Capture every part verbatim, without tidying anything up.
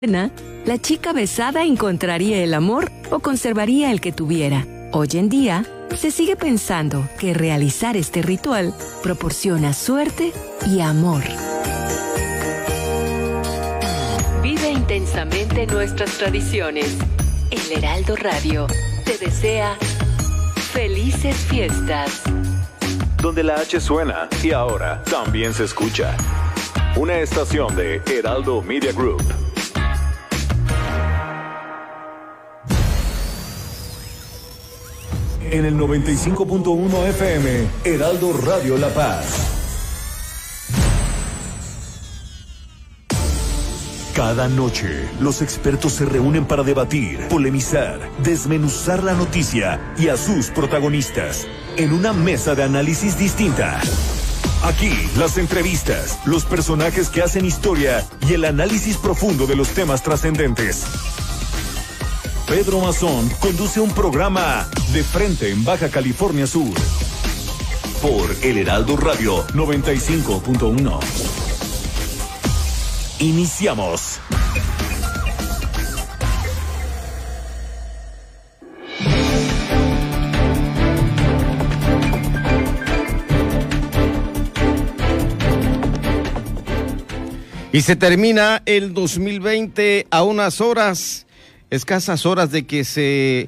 la chica besada encontraría el amor o conservaría el que tuviera. Hoy en día, se sigue pensando que realizar este ritual proporciona suerte y amor. Vive intensamente nuestras tradiciones. El Heraldo Radio te desea felices fiestas. Donde la H suena y ahora también se escucha. Una estación de Heraldo Media Group. En el noventa y cinco punto uno F M, Heraldo Radio La Paz. Cada noche, los expertos se reúnen para debatir, polemizar, desmenuzar la noticia y a sus protagonistas en una mesa de análisis distinta. Aquí, las entrevistas, los personajes que hacen historia y el análisis profundo de los temas trascendentes. Pedro Mazón conduce un programa De Frente en Baja California Sur por El Heraldo Radio noventa y cinco punto uno. Iniciamos. Y se termina el dos mil veinte a unas horas, escasas horas de que se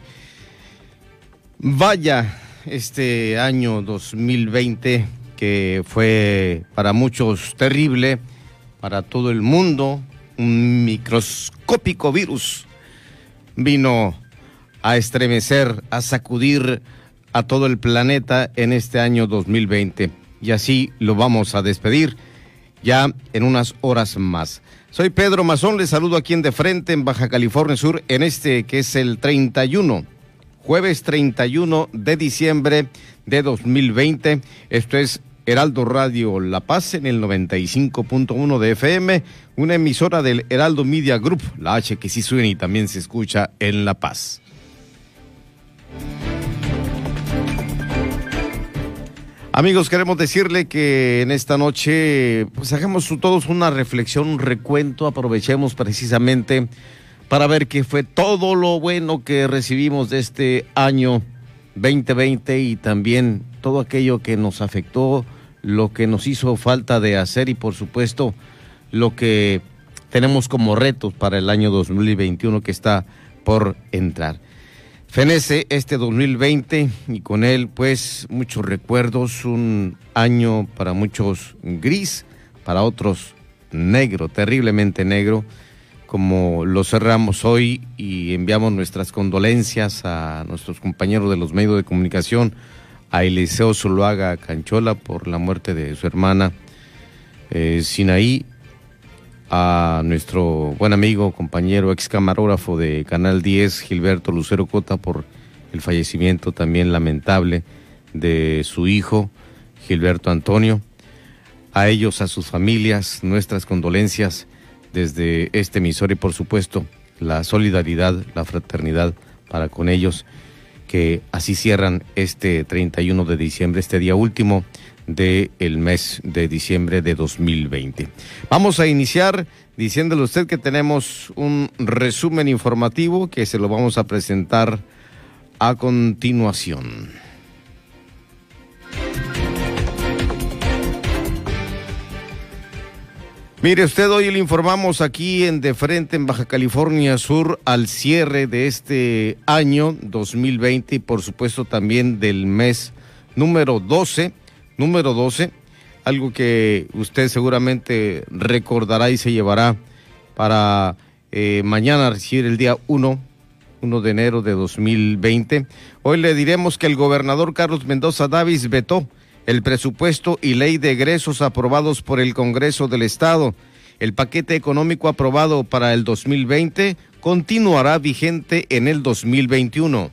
vaya este año dos mil veinte, que fue para muchos terrible, para todo el mundo, un microscópico virus vino a estremecer, a sacudir a todo el planeta en este año dos mil veinte. Y así lo vamos a despedir ya en unas horas más. Soy Pedro Mazón, les saludo aquí en De Frente en Baja California Sur, en este que es el treinta y uno, jueves treinta y uno de diciembre de dos mil veinte. Esto es Heraldo Radio La Paz en el noventa y cinco punto uno de F M, una emisora del Heraldo Media Group, la H que sí suena y también se escucha en La Paz. Amigos, queremos decirle que en esta noche pues hagamos todos una reflexión, un recuento, aprovechemos precisamente para ver qué fue todo lo bueno que recibimos de este año veinte veinte y también todo aquello que nos afectó, lo que nos hizo falta de hacer y por supuesto lo que tenemos como retos para el año dos mil veintiuno que está por entrar. Fenece este dos mil veinte y con él pues muchos recuerdos, un año para muchos gris, para otros negro, terriblemente negro, como lo cerramos hoy y enviamos nuestras condolencias a nuestros compañeros de los medios de comunicación, a Eliseo Zuluaga Canchola por la muerte de su hermana eh, Sinaí, a nuestro buen amigo, compañero, ex camarógrafo de Canal diez, Gilberto Lucero Cota, por el fallecimiento también lamentable de su hijo, Gilberto Antonio. A ellos, a sus familias, nuestras condolencias desde este emisor y por supuesto la solidaridad, la fraternidad para con ellos, que así cierran este treinta y uno de diciembre, este día último del mes de diciembre de dos mil veinte. Vamos a iniciar diciéndole a usted que tenemos un resumen informativo que se lo vamos a presentar a continuación. Mire usted, hoy le informamos aquí en De Frente en Baja California Sur al cierre de este año dos mil veinte y por supuesto también del mes número doce, número doce, algo que usted seguramente recordará y se llevará para eh, mañana recibir el día uno de enero de dos mil veinte. Hoy le diremos que el gobernador Carlos Mendoza Davis vetó el presupuesto y ley de egresos aprobados por el Congreso del Estado. El paquete económico aprobado para el dos mil veinte continuará vigente en el dos mil veintiuno.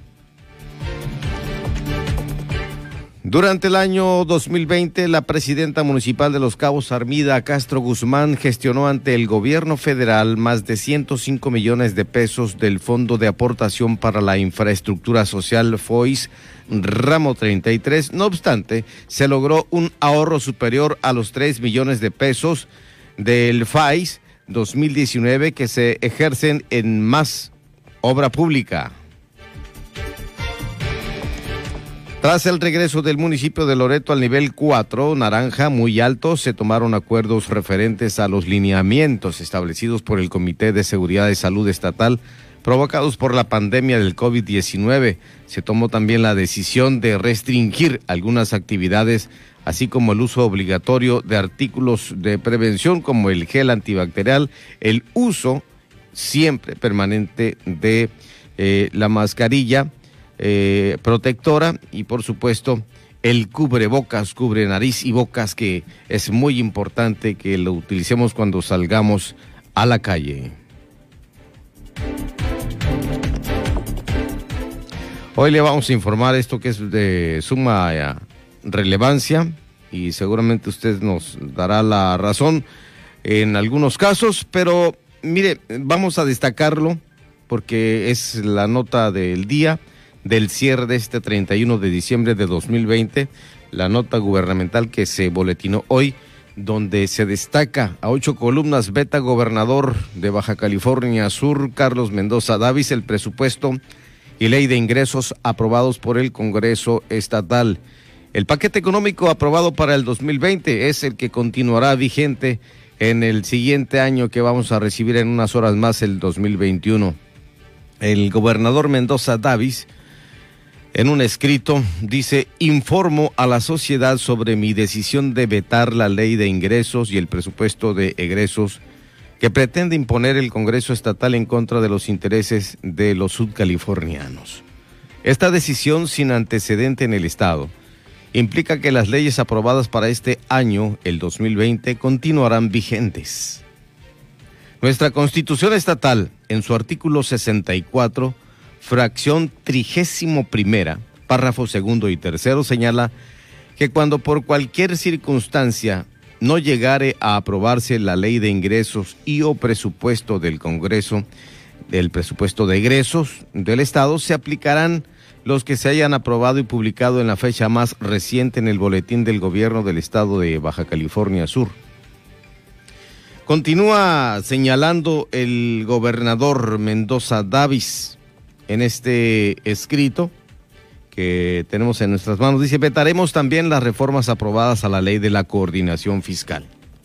Durante el año dos mil veinte, la presidenta municipal de Los Cabos, Armida Castro Guzmán, gestionó ante el gobierno federal más de ciento cinco millones de pesos del Fondo de Aportación para la Infraestructura Social F O I S, ramo treinta y tres. No obstante, se logró un ahorro superior a los tres millones de pesos del F A I S dos mil diecinueve que se ejercen en más obra pública. Tras el regreso del municipio de Loreto al nivel cuatro, naranja muy alto, se tomaron acuerdos referentes a los lineamientos establecidos por el Comité de Seguridad de Salud Estatal provocados por la pandemia del COVID diecinueve. Se tomó también la decisión de restringir algunas actividades, así como el uso obligatorio de artículos de prevención como el gel antibacterial, el uso siempre permanente de eh, la mascarilla eh, protectora y por supuesto el cubrebocas, cubre nariz y bocas, que es muy importante que lo utilicemos cuando salgamos a la calle. Hoy le vamos a informar esto que es de suma eh, relevancia y seguramente usted nos dará la razón en algunos casos, pero mire, vamos a destacarlo porque es la nota del día del cierre de este treinta y uno de diciembre de dos mil veinte, la nota gubernamental que se boletinó hoy, donde se destaca a ocho columnas: Beta gobernador de Baja California Sur, Carlos Mendoza Davis, el presupuesto y ley de ingresos aprobados por el Congreso Estatal. El paquete económico aprobado para el dos mil veinte es el que continuará vigente en el siguiente año que vamos a recibir en unas horas más, el dos mil veintiuno. El gobernador Mendoza Davis, en un escrito, dice: informo a la sociedad sobre mi decisión de vetar la ley de ingresos y el presupuesto de egresos que pretende imponer el Congreso Estatal en contra de los intereses de los sudcalifornianos. Esta decisión, sin antecedente en el Estado, implica que las leyes aprobadas para este año, el dos mil veinte, continuarán vigentes. Nuestra Constitución Estatal, en su artículo sesenta y cuatro, fracción trigésimo primera, párrafo segundo y tercero, señala que cuando por cualquier circunstancia no llegare a aprobarse la ley de ingresos y o presupuesto del Congreso, del presupuesto de egresos del Estado, se aplicarán los que se hayan aprobado y publicado en la fecha más reciente en el Boletín del Gobierno del Estado de Baja California Sur. Continúa señalando el gobernador Mendoza Davis en este escrito que tenemos en nuestras manos. Dice: vetaremos también las reformas aprobadas a la ley de la coordinación fiscal.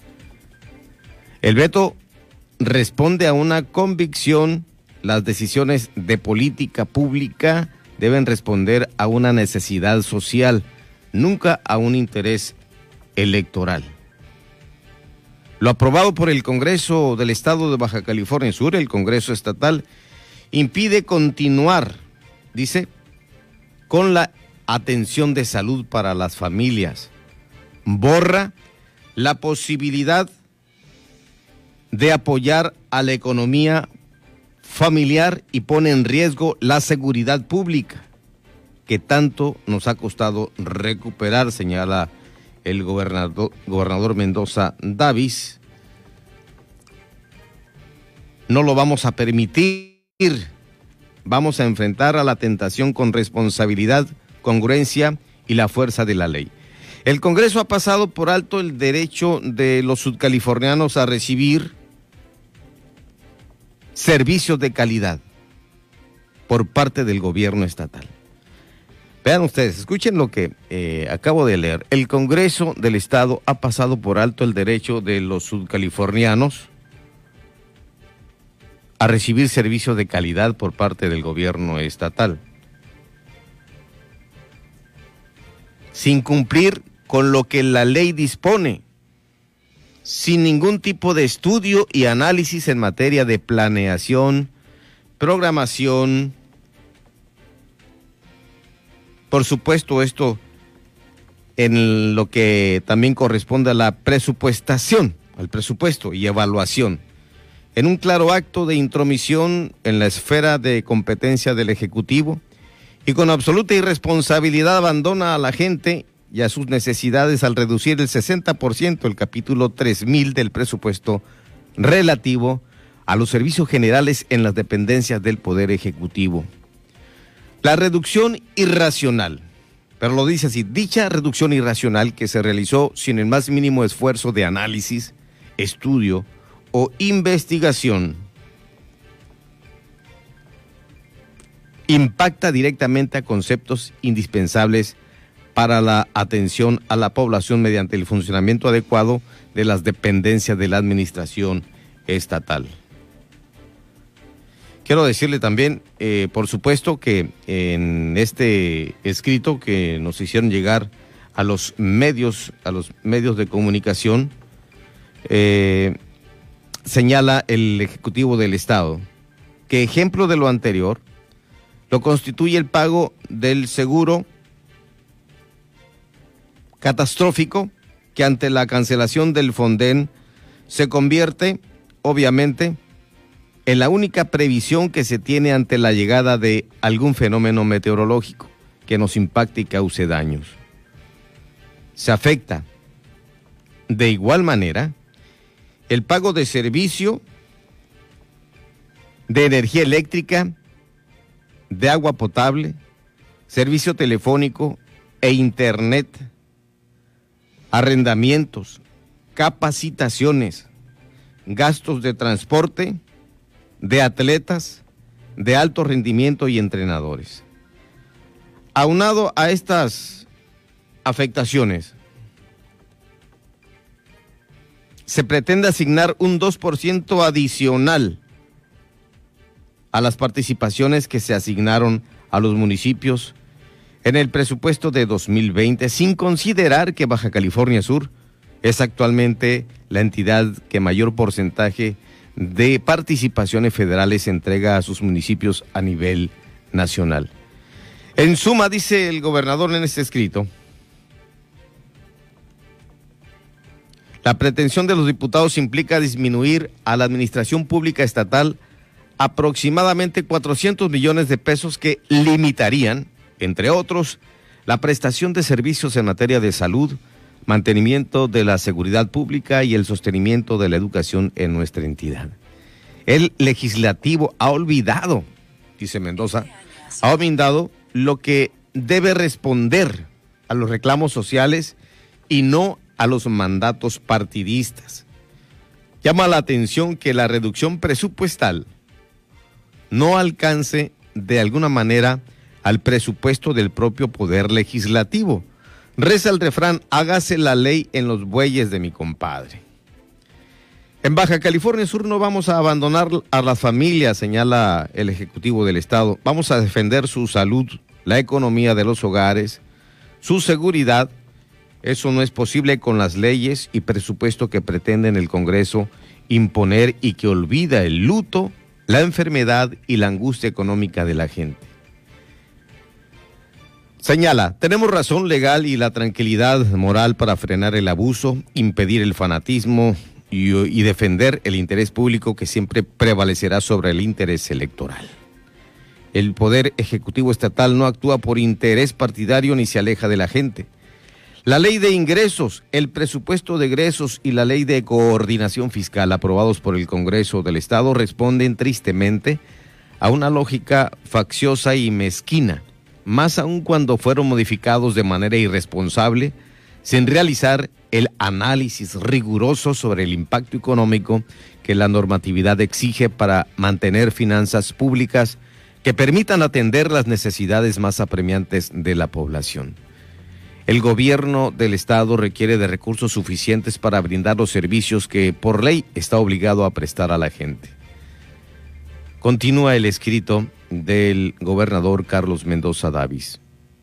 El veto responde a una convicción. Las decisiones de política pública deben responder a una necesidad social, nunca a un interés electoral. Lo aprobado por el Congreso del Estado de Baja California Sur, el Congreso Estatal, impide continuar, dice, con la atención de salud para las familias. Borra la posibilidad de apoyar a la economía familiar y pone en riesgo la seguridad pública, que tanto nos ha costado recuperar, señala el gobernador, gobernador Mendoza Davis. No lo vamos a permitir. Vamos a enfrentar a la tentación con responsabilidad, congruencia y la fuerza de la ley. El Congreso ha pasado por alto el derecho de los sudcalifornianos a recibir servicios de calidad por parte del gobierno estatal. Vean ustedes, escuchen lo que eh, acabo de leer. El Congreso del Estado ha pasado por alto el derecho de los sudcalifornianos a recibir servicios de calidad por parte del gobierno estatal, sin cumplir con lo que la ley dispone, sin ningún tipo de estudio y análisis en materia de planeación, programación. Por supuesto, esto en lo que también corresponde a la presupuestación, al presupuesto y evaluación, en un claro acto de intromisión en la esfera de competencia del Ejecutivo, y con absoluta irresponsabilidad abandona a la gente y a sus necesidades al reducir el sesenta por ciento el capítulo tres mil del presupuesto relativo a los servicios generales en las dependencias del Poder Ejecutivo. La reducción irracional, pero lo dice así, dicha reducción irracional que se realizó sin el más mínimo esfuerzo de análisis, estudio o investigación impacta directamente a conceptos indispensables para la atención a la población mediante el funcionamiento adecuado de las dependencias de la administración estatal. Quiero decirle también, eh, por supuesto, que en este escrito que nos hicieron llegar a los medios, a los medios de comunicación, eh, señala el Ejecutivo del Estado que ejemplo de lo anterior lo constituye el pago del seguro catastrófico que ante la cancelación del Fonden se convierte, obviamente, en la única previsión que se tiene ante la llegada de algún fenómeno meteorológico que nos impacte y cause daños. Se afecta de igual manera el pago de servicio de energía eléctrica, de agua potable, servicio telefónico e internet, arrendamientos, capacitaciones, gastos de transporte, de atletas, de alto rendimiento y entrenadores. Aunado a estas afectaciones, se pretende asignar un dos por ciento adicional a las participaciones que se asignaron a los municipios en el presupuesto de dos mil veinte, sin considerar que Baja California Sur es actualmente la entidad que mayor porcentaje de participaciones federales entrega a sus municipios a nivel nacional. En suma, dice el gobernador en este escrito, la pretensión de los diputados implica disminuir a la administración pública estatal aproximadamente cuatrocientos millones de pesos que limitarían, entre otros, la prestación de servicios en materia de salud, mantenimiento de la seguridad pública y el sostenimiento de la educación en nuestra entidad. El legislativo ha olvidado, dice Mendoza, ha olvidado lo que debe responder a los reclamos sociales y no a los mandatos partidistas. Llama la atención que la reducción presupuestal no alcance de alguna manera al presupuesto del propio Poder Legislativo. Reza el refrán, hágase la ley en los bueyes de mi compadre. En Baja California Sur no vamos a abandonar a las familias, señala el Ejecutivo del Estado. Vamos a defender su salud, la economía de los hogares, su seguridad. Eso no es posible con las leyes y presupuesto que pretenden el Congreso imponer y que olvida el luto, la enfermedad y la angustia económica de la gente. Señala, tenemos razón legal y la tranquilidad moral para frenar el abuso, impedir el fanatismo y, y defender el interés público que siempre prevalecerá sobre el interés electoral. El Poder Ejecutivo Estatal no actúa por interés partidario ni se aleja de la gente. La ley de ingresos, el presupuesto de egresos y la ley de coordinación fiscal aprobados por el Congreso del Estado responden tristemente a una lógica facciosa y mezquina, más aún cuando fueron modificados de manera irresponsable, sin realizar el análisis riguroso sobre el impacto económico que la normatividad exige para mantener finanzas públicas que permitan atender las necesidades más apremiantes de la población. El gobierno del Estado requiere de recursos suficientes para brindar los servicios que por ley está obligado a prestar a la gente. Continúa el escrito del gobernador Carlos Mendoza Davis.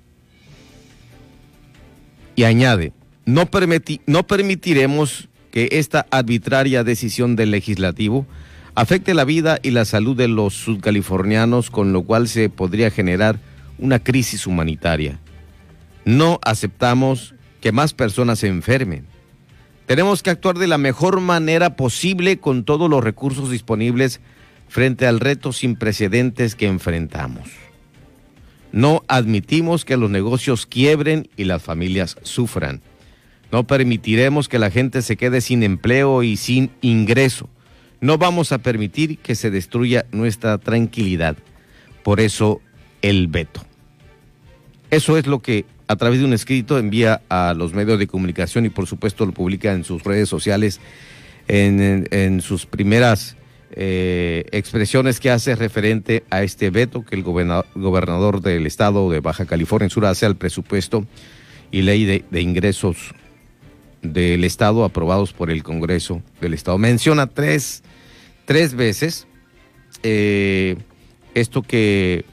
Y añade, no, permiti- no permitiremos que esta arbitraria decisión del legislativo afecte la vida y la salud de los sudcalifornianos, con lo cual se podría generar una crisis humanitaria. No aceptamos que más personas se enfermen. Tenemos que actuar de la mejor manera posible con todos los recursos disponibles frente al reto sin precedentes que enfrentamos. No admitimos que los negocios quiebren y las familias sufran. No permitiremos que la gente se quede sin empleo y sin ingreso. No vamos a permitir que se destruya nuestra tranquilidad. Por eso, el veto. Eso es lo que a través de un escrito envía a los medios de comunicación y por supuesto lo publica en sus redes sociales en, en, en sus primeras eh, expresiones que hace referente a este veto que el gobernador, gobernador del estado de Baja California Sur hace al presupuesto y ley de, de ingresos del estado aprobados por el Congreso del estado. Menciona tres, tres veces eh, esto que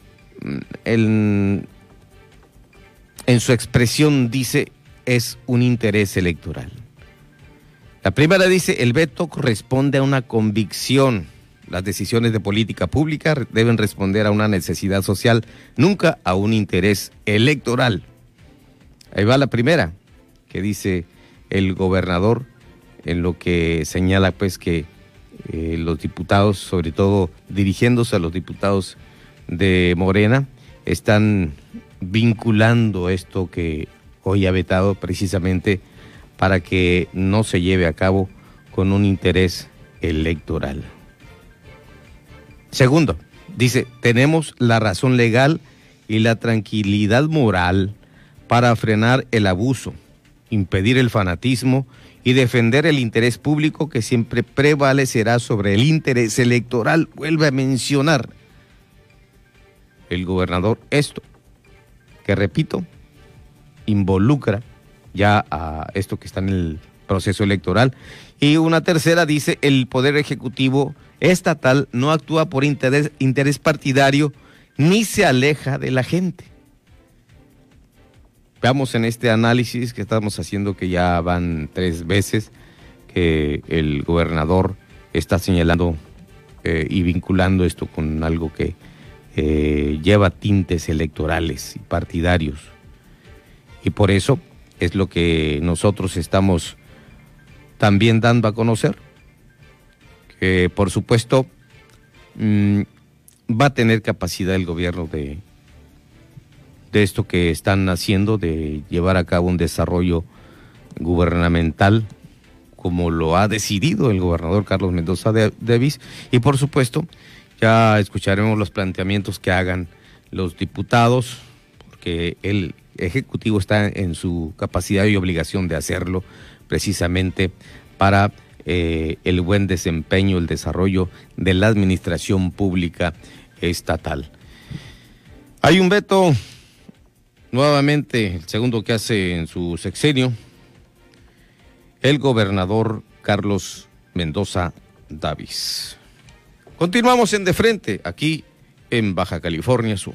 el, en su expresión dice es un interés electoral. La primera dice, el veto corresponde a una convicción. Las decisiones de política pública deben responder a una necesidad social, nunca a un interés electoral. Ahí va la primera, que dice el gobernador, en lo que señala pues que eh, los diputados, sobre todo dirigiéndose a los diputados de Morena, están vinculando esto que hoy ha vetado precisamente para que no se lleve a cabo con un interés electoral. Segundo, dice, tenemos la razón legal y la tranquilidad moral para frenar el abuso, impedir el fanatismo y defender el interés público que siempre prevalecerá sobre el interés electoral. Vuelve a mencionar el gobernador esto, que repito, involucra ya a esto que está en el proceso electoral. Y una tercera dice, el Poder Ejecutivo estatal no actúa por interés, interés partidario ni se aleja de la gente. Veamos en este análisis que estamos haciendo, que ya van tres veces que el gobernador está señalando eh, y vinculando esto con algo que eh, lleva tintes electorales y partidarios. Y por eso es lo que nosotros estamos también dando a conocer, que por supuesto mmm, va a tener capacidad el gobierno de, de esto que están haciendo, de llevar a cabo un desarrollo gubernamental como lo ha decidido el gobernador Carlos Mendoza Davis, y por supuesto ya escucharemos los planteamientos que hagan los diputados, porque el Ejecutivo está en su capacidad y obligación de hacerlo precisamente para eh, el buen desempeño, el desarrollo de la administración pública estatal. Hay un veto, nuevamente, el segundo que hace en su sexenio, el gobernador Carlos Mendoza Davis. Continuamos en De Frente, aquí en Baja California Sur.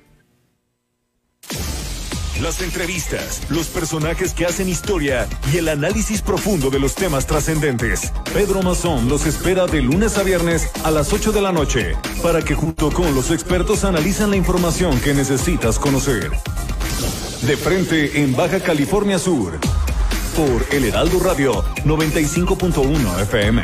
Las entrevistas, los personajes que hacen historia y el análisis profundo de los temas trascendentes. Pedro Mazón los espera de lunes a viernes a las ocho de la noche para que junto con los expertos analizan la información que necesitas conocer. De Frente en Baja California Sur, por El Heraldo Radio noventa y cinco punto uno F M.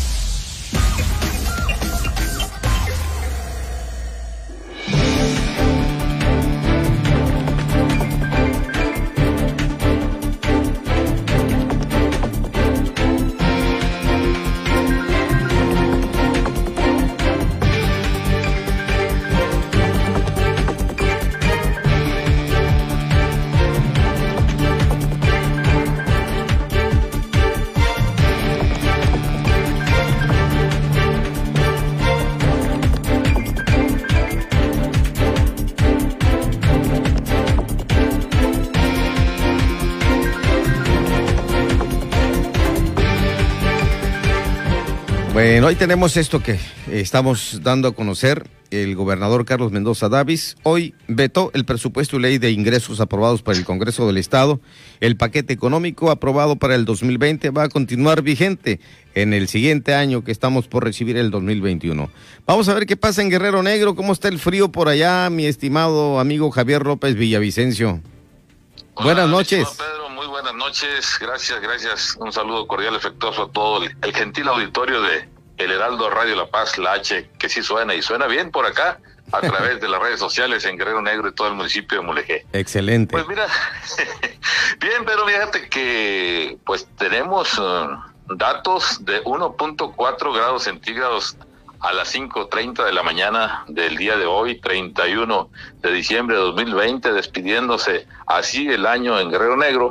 Bueno, hoy tenemos esto que estamos dando a conocer. El gobernador Carlos Mendoza Davis hoy vetó el presupuesto y ley de ingresos aprobados por el Congreso del Estado. El paquete económico aprobado para el dos mil veinte va a continuar vigente en el siguiente año que estamos por recibir, el dos mil veintiuno. Vamos a ver qué pasa en Guerrero Negro, cómo está el frío por allá, mi estimado amigo Javier López Villavicencio. Hola, buenas noches. Pedro, muy buenas noches, gracias, gracias. Un saludo cordial, afectuoso a todo el, el gentil auditorio de El Heraldo Radio La Paz, la H, que sí suena y suena bien por acá, a través de las redes sociales en Guerrero Negro y todo el municipio de Mulegé. Excelente. Pues mira, bien, pero fíjate que pues tenemos uh, datos de uno punto cuatro grados centígrados a las cinco treinta de la mañana del día de hoy, treinta y uno de diciembre de dos mil veinte, despidiéndose así el año en Guerrero Negro,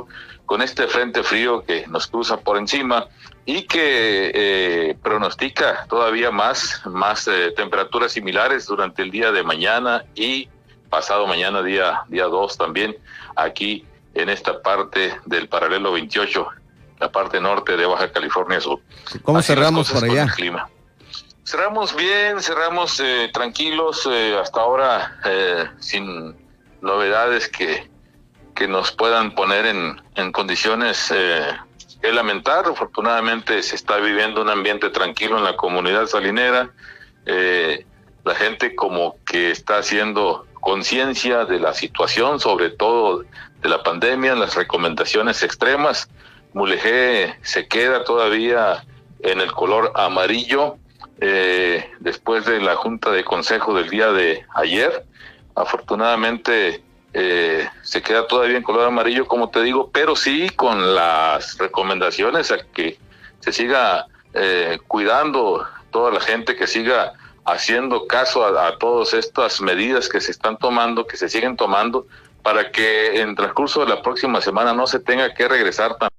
con este frente frío que nos cruza por encima y que eh, pronostica todavía más, más eh, temperaturas similares durante el día de mañana y pasado mañana, día día dos también, aquí en esta parte del paralelo veintiocho, la parte norte de Baja California Sur. ¿Cómo Así cerramos por allá? El clima. Cerramos bien, cerramos eh, tranquilos, eh, hasta ahora eh, sin novedades que, que nos puedan poner en, en condiciones eh, que lamentar. Afortunadamente se está viviendo un ambiente tranquilo en la comunidad salinera. Eh, la gente como que está haciendo conciencia de la situación, sobre todo de la pandemia, las recomendaciones extremas. Mulegé se queda todavía en el color amarillo eh, después de la junta de consejo del día de ayer. Afortunadamente eh, se queda todavía en color amarillo, como te digo, pero sí con las recomendaciones a que se siga eh, cuidando toda la gente, que siga haciendo caso a, a todas estas medidas que se están tomando, que se siguen tomando, para que en transcurso de la próxima semana no se tenga que regresar tan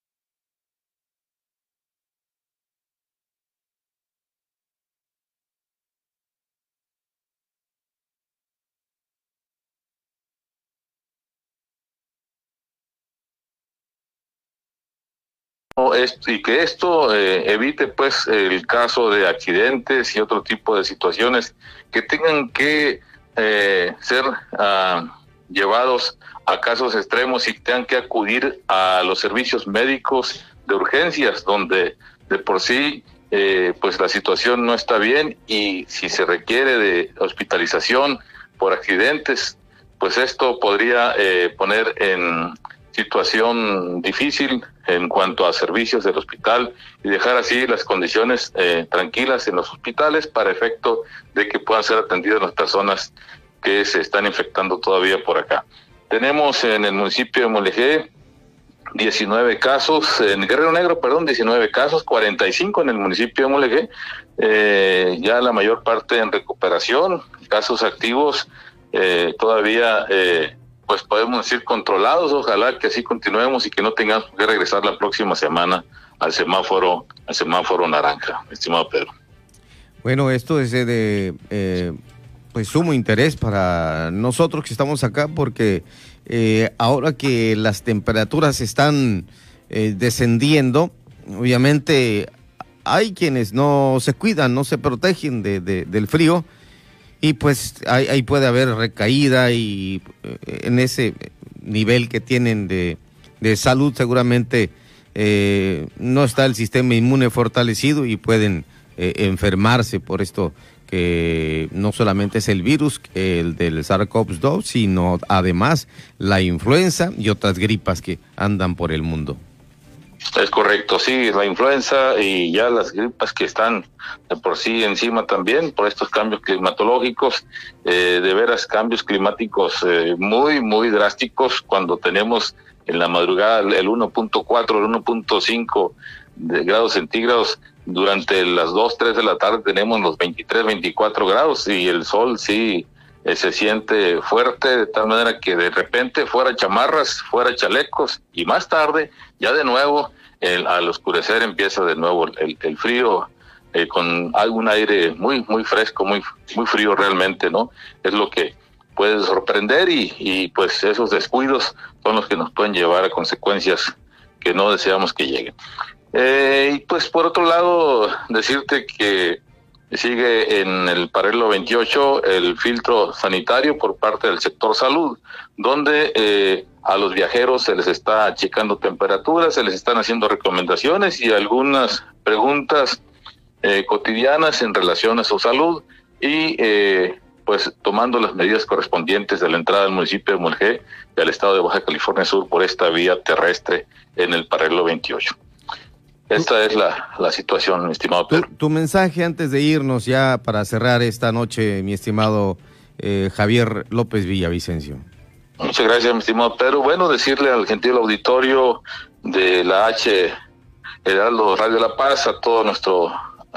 y que esto eh, evite pues el caso de accidentes y otro tipo de situaciones que tengan que eh, ser uh, llevados a casos extremos y tengan que acudir a los servicios médicos de urgencias, donde de por sí eh, pues la situación no está bien, y si se requiere de hospitalización por accidentes, pues esto podría eh, poner en situación difícil en cuanto a servicios del hospital y dejar así las condiciones eh, tranquilas en los hospitales para efecto de que puedan ser atendidas las personas que se están infectando todavía por acá. Tenemos en el municipio de Mulegé diecinueve casos, en Guerrero Negro, perdón, diecinueve casos, cuarenta y cinco en el municipio de Mulegé, eh, ya la mayor parte en recuperación, casos activos eh, todavía eh, pues podemos decir controlados. Ojalá que así continuemos y que no tengamos que regresar la próxima semana al semáforo, al semáforo naranja, estimado Pedro. Bueno, esto es de eh, pues sumo interés para nosotros que estamos acá, porque eh, ahora que las temperaturas están eh, descendiendo, obviamente hay quienes no se cuidan, no se protegen de, de, del frío, y pues ahí, ahí puede haber recaída, y eh, en ese nivel que tienen de, de salud seguramente eh, no está el sistema inmune fortalecido y pueden eh, enfermarse por esto, que no solamente es el virus, el del SARS-CoV dos, sino además la influenza y otras gripas que andan por el mundo. Es correcto, sí, la influenza y ya las gripas que están de por sí encima también por estos cambios climatológicos, eh, de veras cambios climáticos eh, muy, muy drásticos, cuando tenemos en la madrugada el uno punto cuatro, el uno punto cinco de grados centígrados, durante las dos, tres de la tarde tenemos los veintitrés, veinticuatro grados, y el sol sí eh, se siente fuerte, de tal manera que de repente fuera chamarras, fuera chalecos, y más tarde ya de nuevo el, al oscurecer empieza de nuevo el, el frío, eh, con algún aire muy muy fresco, muy muy frío realmente, ¿no? Es lo que puede sorprender, y, y pues esos descuidos son los que nos pueden llevar a consecuencias que no deseamos que lleguen. Eh, y pues por otro lado, decirte que sigue en el paralelo veintiocho el filtro sanitario por parte del sector salud, donde eh, a los viajeros se les está checando temperaturas, se les están haciendo recomendaciones y algunas preguntas eh, cotidianas en relación a su salud, y eh, pues tomando las medidas correspondientes de la entrada al municipio de Mulegé y al estado de Baja California Sur por esta vía terrestre en el paralelo veintiocho. Esta es la, la situación, mi estimado Pedro. Tu, tu mensaje antes de irnos ya para cerrar esta noche, mi estimado eh, Javier López Villavicencio. Muchas gracias, mi estimado Pedro. Bueno, decirle al gentil auditorio de la H Heraldo Radio La Paz, a todo nuestro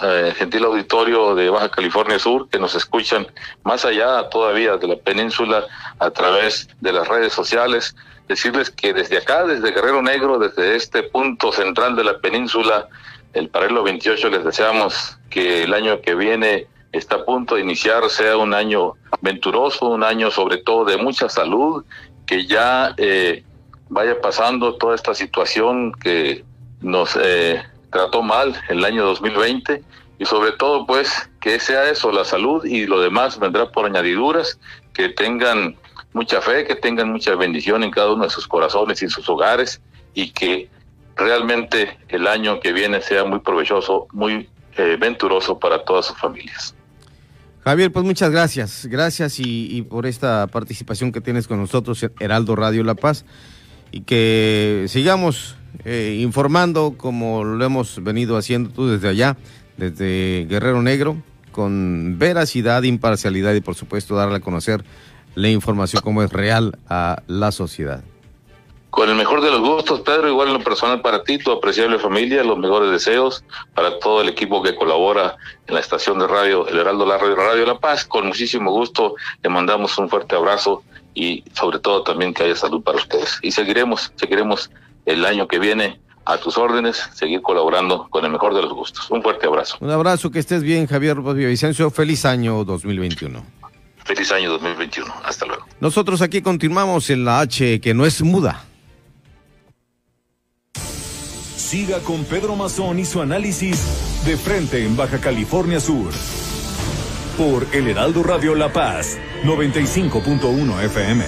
eh, gentil auditorio de Baja California Sur, que nos escuchan más allá todavía de la península a través de las redes sociales, decirles que desde acá, desde Guerrero Negro, desde este punto central de la península, el paralelo veintiocho, les deseamos que el año que viene está a punto de iniciar sea un año venturoso, un año sobre todo de mucha salud, que ya eh, vaya pasando toda esta situación que nos eh, trató mal el año dos mil veinte, y sobre todo pues que sea eso, la salud, y lo demás vendrá por añadiduras, que tengan mucha fe, que tengan mucha bendición en cada uno de sus corazones y sus hogares, y que realmente el año que viene sea muy provechoso, muy eh, venturoso para todas sus familias. Javier, pues muchas gracias, gracias y, y por esta participación que tienes con nosotros, Heraldo Radio La Paz, y que sigamos eh, informando como lo hemos venido haciendo tú desde allá, desde Guerrero Negro, con veracidad, imparcialidad y por supuesto darle a conocer la información como es real a la sociedad. Con el mejor de los gustos, Pedro, igual en lo personal para ti, tu apreciable familia, los mejores deseos para todo el equipo que colabora en la estación de radio, el Heraldo La Radio, Radio La Paz. Con muchísimo gusto le mandamos un fuerte abrazo y sobre todo también que haya salud para ustedes. Y seguiremos, seguiremos el año que viene a tus órdenes, seguir colaborando con el mejor de los gustos. Un fuerte abrazo. Un abrazo, que estés bien, Javier Villavicencio. Feliz año dos mil veintiuno. Feliz año dos mil veintiuno. Hasta luego. Nosotros aquí continuamos en la H que no es muda. Siga con Pedro Mazón y su análisis de frente en Baja California Sur. Por El Heraldo Radio La Paz, noventa y cinco punto uno F M.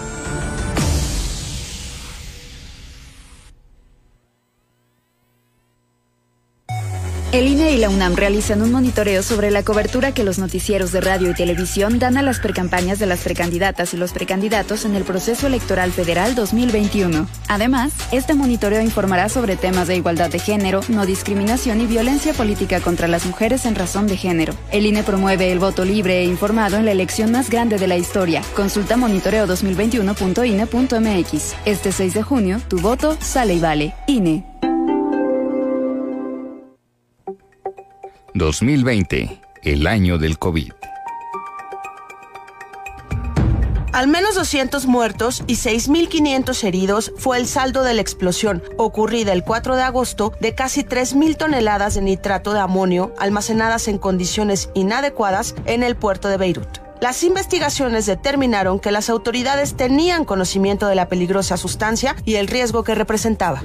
El I N E y la UNAM realizan un monitoreo sobre la cobertura que los noticieros de radio y televisión dan a las precampañas de las precandidatas y los precandidatos en el proceso electoral federal dos mil veintiuno. Además, este monitoreo informará sobre temas de igualdad de género, no discriminación y violencia política contra las mujeres en razón de género. El I N E promueve el voto libre e informado en la elección más grande de la historia. Consulta monitoreo dos mil veintiuno punto I N E punto M X. Este seis de junio, tu voto sale y vale. I N E. dos mil veinte, el año del COVID. Al menos doscientos muertos y seis mil quinientos heridos fue el saldo de la explosión ocurrida el cuatro de agosto de casi tres mil toneladas de nitrato de amonio almacenadas en condiciones inadecuadas en el puerto de Beirut. Las investigaciones determinaron que las autoridades tenían conocimiento de la peligrosa sustancia y el riesgo que representaba.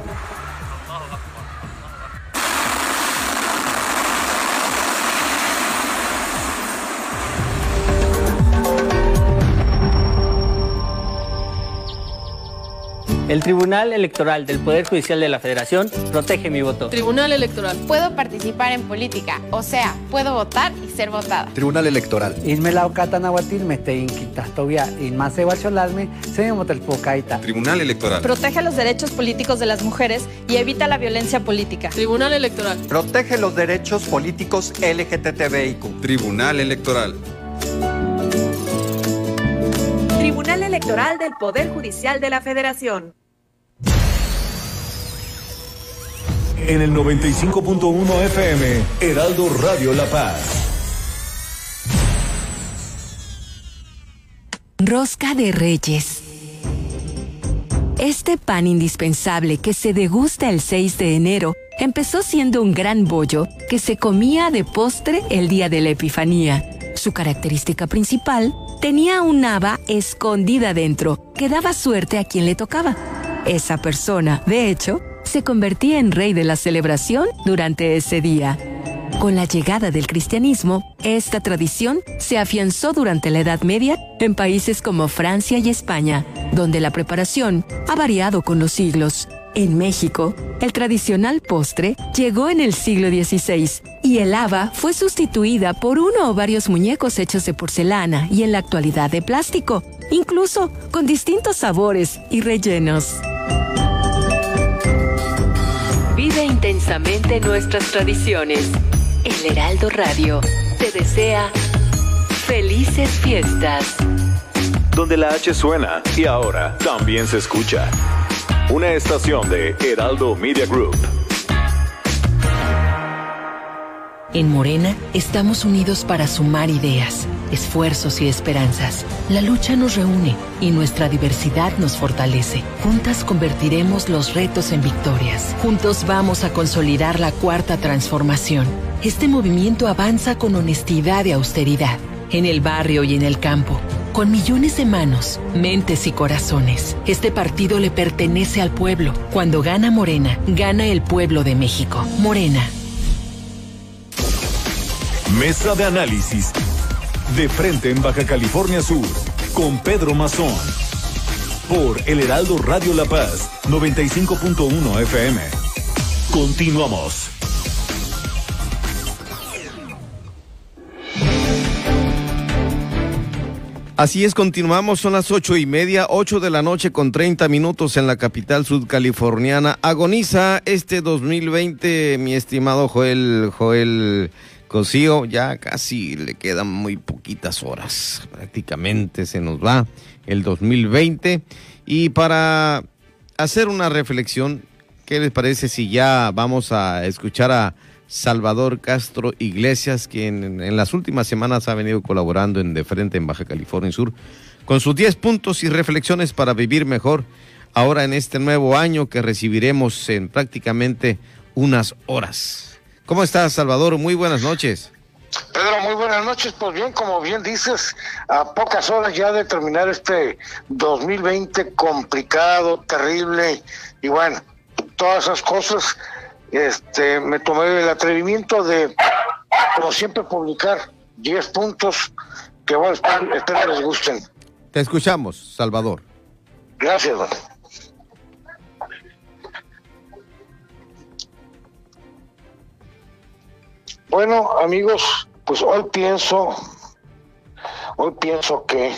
El Tribunal Electoral del Poder Judicial de la Federación protege mi voto. Tribunal Electoral. Puedo participar en política, o sea, puedo votar y ser votada. Tribunal Electoral. Inmelao Catanahuatil, Mesteinquitastovia, Inmasehuacholalme, Sememotelpocaita. Tribunal Electoral. Protege los derechos políticos de las mujeres y evita la violencia política. Tribunal Electoral. Protege los derechos políticos L G B T B I Q. Tribunal Electoral. Tribunal Electoral del Poder Judicial de la Federación. En el noventa y cinco punto uno F M, Heraldo Radio La Paz. Rosca de Reyes. Este pan indispensable que se degusta el seis de enero empezó siendo un gran bollo que se comía de postre el día de la Epifanía. Su característica principal, tenía un haba escondida dentro que daba suerte a quien le tocaba. Esa persona, de hecho, se convertía en rey de la celebración durante ese día. Con la llegada del cristianismo, esta tradición se afianzó durante la Edad Media en países como Francia y España, donde la preparación ha variado con los siglos. En México, el tradicional postre llegó en el siglo dieciséis y el haba fue sustituida por uno o varios muñecos hechos de porcelana y en la actualidad de plástico, incluso con distintos sabores y rellenos. Vive intensamente nuestras tradiciones. El Heraldo Radio te desea felices fiestas. Donde la H suena y ahora también se escucha. Una estación de Heraldo Media Group. En Morena estamos unidos para sumar ideas, esfuerzos y esperanzas. La lucha nos reúne y nuestra diversidad nos fortalece. Juntas convertiremos los retos en victorias. Juntos vamos a consolidar la cuarta transformación. Este movimiento avanza con honestidad y austeridad, en el barrio y en el campo, con millones de manos, mentes y corazones. Este partido le pertenece al pueblo. Cuando gana Morena, gana el pueblo de México. Morena. Mesa de análisis. De frente en Baja California Sur, con Pedro Mazón. Por El Heraldo Radio La Paz, noventa y cinco punto uno F M. Continuamos. Así es, continuamos, son las ocho y media, ocho de la noche con treinta minutos en la capital sudcaliforniana. Agoniza este dos mil veinte, mi estimado Joel, Joel Cosío, ya casi le quedan muy poquitas horas, prácticamente se nos va el dos mil veinte. Y para hacer una reflexión, ¿qué les parece si ya vamos a escuchar a Salvador Castro Iglesias, quien en, en las últimas semanas ha venido colaborando en De Frente en Baja California Sur, con sus diez puntos y reflexiones para vivir mejor, ahora en este nuevo año que recibiremos en prácticamente unas horas? ¿Cómo estás, Salvador? Muy buenas noches. Pedro, muy buenas noches. Pues bien, como bien dices, a pocas horas ya de terminar este dos mil veinte complicado, terrible, y bueno, todas esas cosas, este, me tomé el atrevimiento de, como siempre, publicar diez puntos que, bueno, espero, espero les gusten. Te escuchamos, Salvador. Gracias, don. Bueno, amigos, pues hoy pienso, hoy pienso que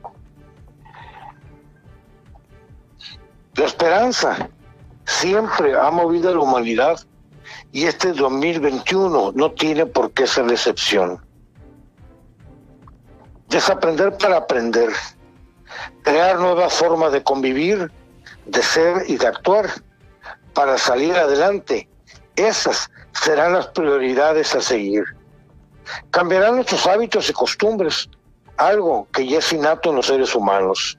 la esperanza siempre ha movido a la humanidad y este dos mil veintiuno no tiene por qué ser la excepción. Desaprender para aprender, crear nuevas formas de convivir, de ser y de actuar para salir adelante. Esas serán las prioridades a seguir. Cambiarán nuestros hábitos y costumbres, algo que ya es innato en los seres humanos.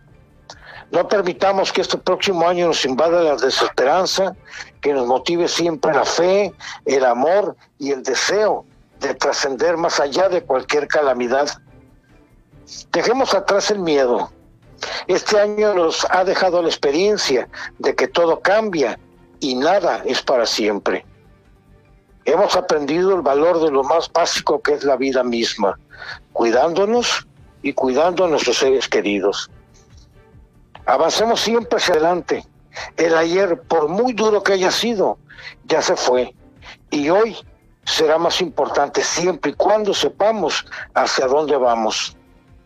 No permitamos que este próximo año nos invada la desesperanza, que nos motive siempre la fe, el amor y el deseo de trascender más allá de cualquier calamidad. Dejemos atrás el miedo. Este año nos ha dejado la experiencia de que todo cambia y nada es para siempre. Hemos aprendido el valor de lo más básico que es la vida misma, cuidándonos y cuidando a nuestros seres queridos. Avancemos siempre hacia adelante. El ayer, por muy duro que haya sido, ya se fue. Y hoy será más importante siempre y cuando sepamos hacia dónde vamos.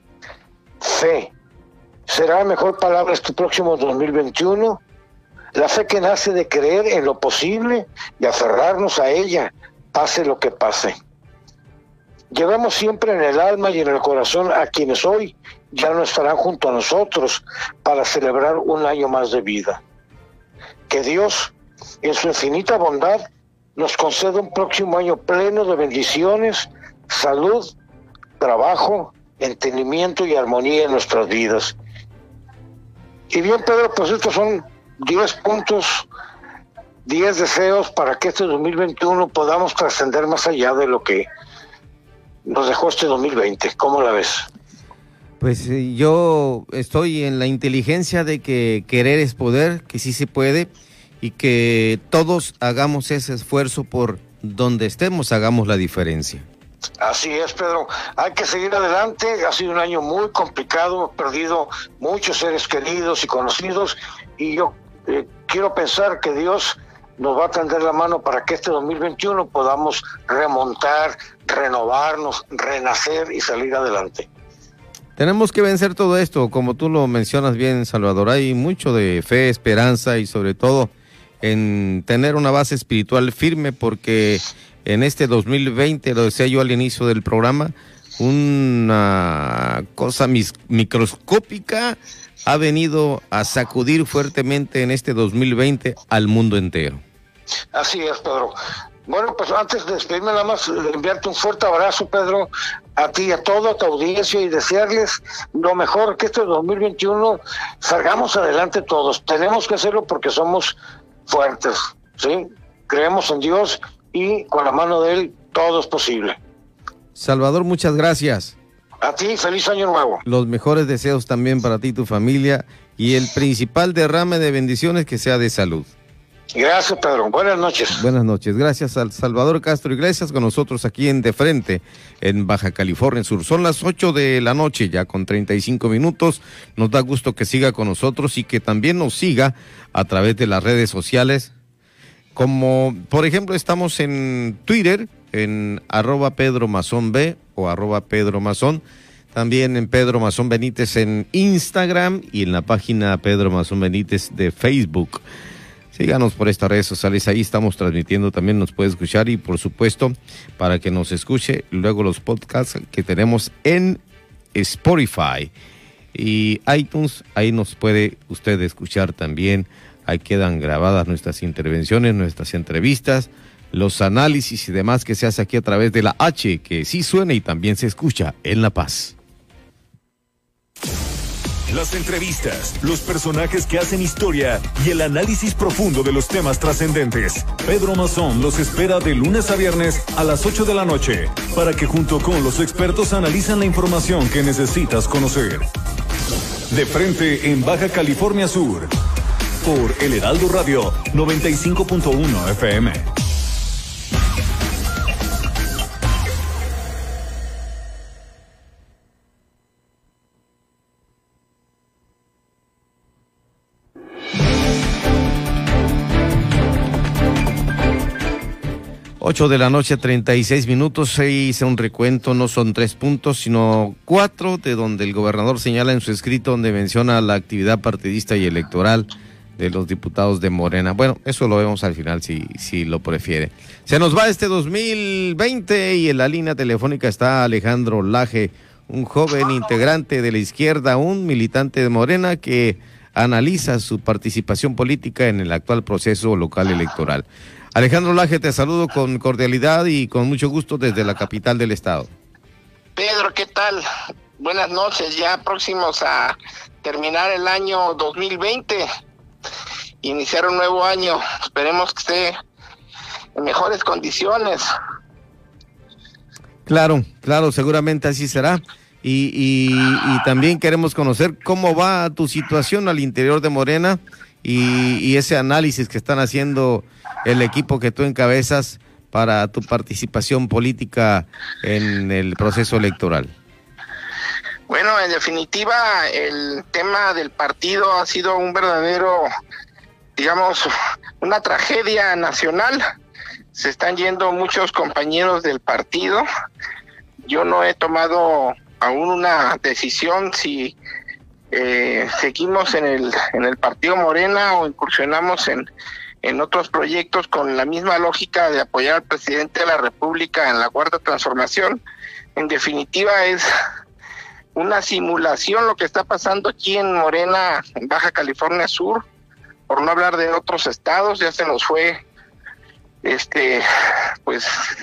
Fe. ¿Será la mejor palabra este próximo dos mil veintiuno? La fe que nace de creer en lo posible y aferrarnos a ella, pase lo que pase. Llevamos siempre en el alma y en el corazón a quienes hoy ya no estarán junto a nosotros para celebrar un año más de vida. Que Dios, en su infinita bondad, nos conceda un próximo año pleno de bendiciones, salud, trabajo, entendimiento y armonía en nuestras vidas. Y bien, Pedro, pues estos son diez puntos, diez deseos para que este dos mil veintiuno podamos trascender más allá de lo que nos dejó este dos mil veinte. ¿Cómo la ves? Pues eh, yo estoy en la inteligencia de que querer es poder, que sí se puede, y que todos hagamos ese esfuerzo por donde estemos, hagamos la diferencia. Así es, Pedro. Hay que seguir adelante. Ha sido un año muy complicado. Hemos perdido muchos seres queridos y conocidos. Y yo eh, quiero pensar que Dios nos va a tender la mano para que este dos mil veintiuno podamos remontar, renovarnos, renacer y salir adelante. Tenemos que vencer todo esto. Como tú lo mencionas bien, Salvador, hay mucho de fe, esperanza y sobre todo en tener una base espiritual firme, porque en este dos mil veinte, lo decía yo al inicio del programa, una cosa mis, microscópica ha venido a sacudir fuertemente en este dos mil veinte al mundo entero. Así es, Pedro. Bueno, pues antes de despedirme, nada más enviarte un fuerte abrazo, Pedro, a ti y a toda tu audiencia, y desearles lo mejor, que este dos mil veintiuno salgamos adelante todos. Tenemos que hacerlo porque somos fuertes, ¿sí? Creemos en Dios y con la mano de Él todo es posible. Salvador, muchas gracias. A ti, feliz año nuevo. Los mejores deseos también para ti y tu familia, y el principal derrame de bendiciones que sea de salud. Gracias, Pedro. Buenas noches. Buenas noches. Gracias al Salvador Castro Iglesias con nosotros aquí en De Frente, en Baja California Sur. Son las ocho de la noche, ya con treinta y cinco minutos. Nos da gusto que siga con nosotros y que también nos siga a través de las redes sociales. Como, por ejemplo, estamos en Twitter, en arroba Pedro Mazón B o arroba Pedro Mazón. También en Pedro Mazón Benítez en Instagram y en la página Pedro Mazón Benítez de Facebook. Síganos por estas redes sociales, ahí estamos transmitiendo, también nos puede escuchar, y por supuesto, para que nos escuche luego los podcasts que tenemos en Spotify y iTunes, ahí nos puede usted escuchar también. Ahí quedan grabadas nuestras intervenciones, nuestras entrevistas, los análisis y demás que se hace aquí a través de la H, que sí suena y también se escucha en La Paz. Las entrevistas, los personajes que hacen historia y el análisis profundo de los temas trascendentes. Pedro Mazón los espera de lunes a viernes a las ocho de la noche para que junto con los expertos analicen la información que necesitas conocer. De Frente en Baja California Sur, por El Heraldo Radio noventa y cinco punto uno F M. Ocho de la noche, treinta y seis minutos. Se hizo un recuento, no son tres puntos, sino cuatro, de donde el gobernador señala en su escrito, donde menciona la actividad partidista y electoral de los diputados de Morena. Bueno, eso lo vemos al final, si, si lo prefiere. Se nos va este dos mil veinte y en la línea telefónica está Alejandro Laje, un joven integrante de la izquierda, un militante de Morena que analiza su participación política en el actual proceso local electoral. Alejandro Laje, te saludo con cordialidad y con mucho gusto desde la capital del estado. Pedro, ¿qué tal? Buenas noches, ya próximos a terminar el año dos mil veinte, iniciar un nuevo año, esperemos que esté en mejores condiciones. Claro, claro, seguramente así será. Y, y, y también queremos conocer cómo va tu situación al interior de Morena y, y ese análisis que están haciendo el equipo que tú encabezas para tu participación política en el proceso electoral. Bueno, en definitiva, el tema del partido ha sido un verdadero, digamos, una tragedia nacional. Se están yendo muchos compañeros del partido. Yo no he tomado aún una decisión si eh, seguimos en el en el partido Morena o incursionamos en en otros proyectos con la misma lógica de apoyar al presidente de la República en la cuarta transformación. En definitiva, es una simulación lo que está pasando aquí en Morena, en Baja California Sur, por no hablar de otros estados. Ya se nos fue, este, pues,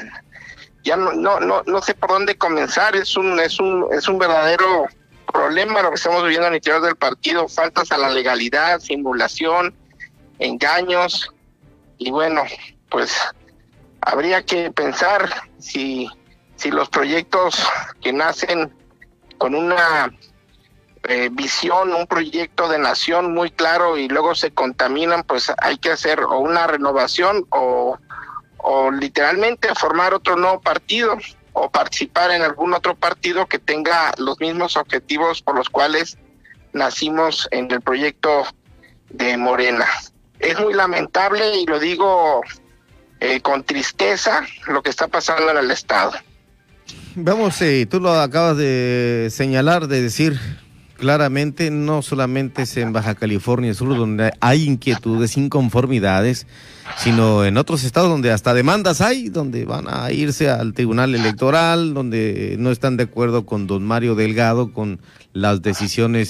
ya no, no, no, no sé por dónde comenzar. Es un, es un, es un verdadero problema lo que estamos viviendo en el interior del partido, faltas a la legalidad, simulación, engaños, y bueno, pues habría que pensar si, si los proyectos que nacen con una eh, visión, un proyecto de nación muy claro y luego se contaminan, pues hay que hacer o una renovación o, o literalmente formar otro nuevo partido o participar en algún otro partido que tenga los mismos objetivos por los cuales nacimos en el proyecto de Morena. Es muy lamentable y lo digo eh, con tristeza lo que está pasando en el estado. Vamos, eh, tú lo acabas de señalar, de decir claramente, no solamente es en Baja California Sur donde hay inquietudes, inconformidades, sino en otros estados donde hasta demandas hay, donde van a irse al Tribunal Electoral, donde no están de acuerdo con don Mario Delgado, con las decisiones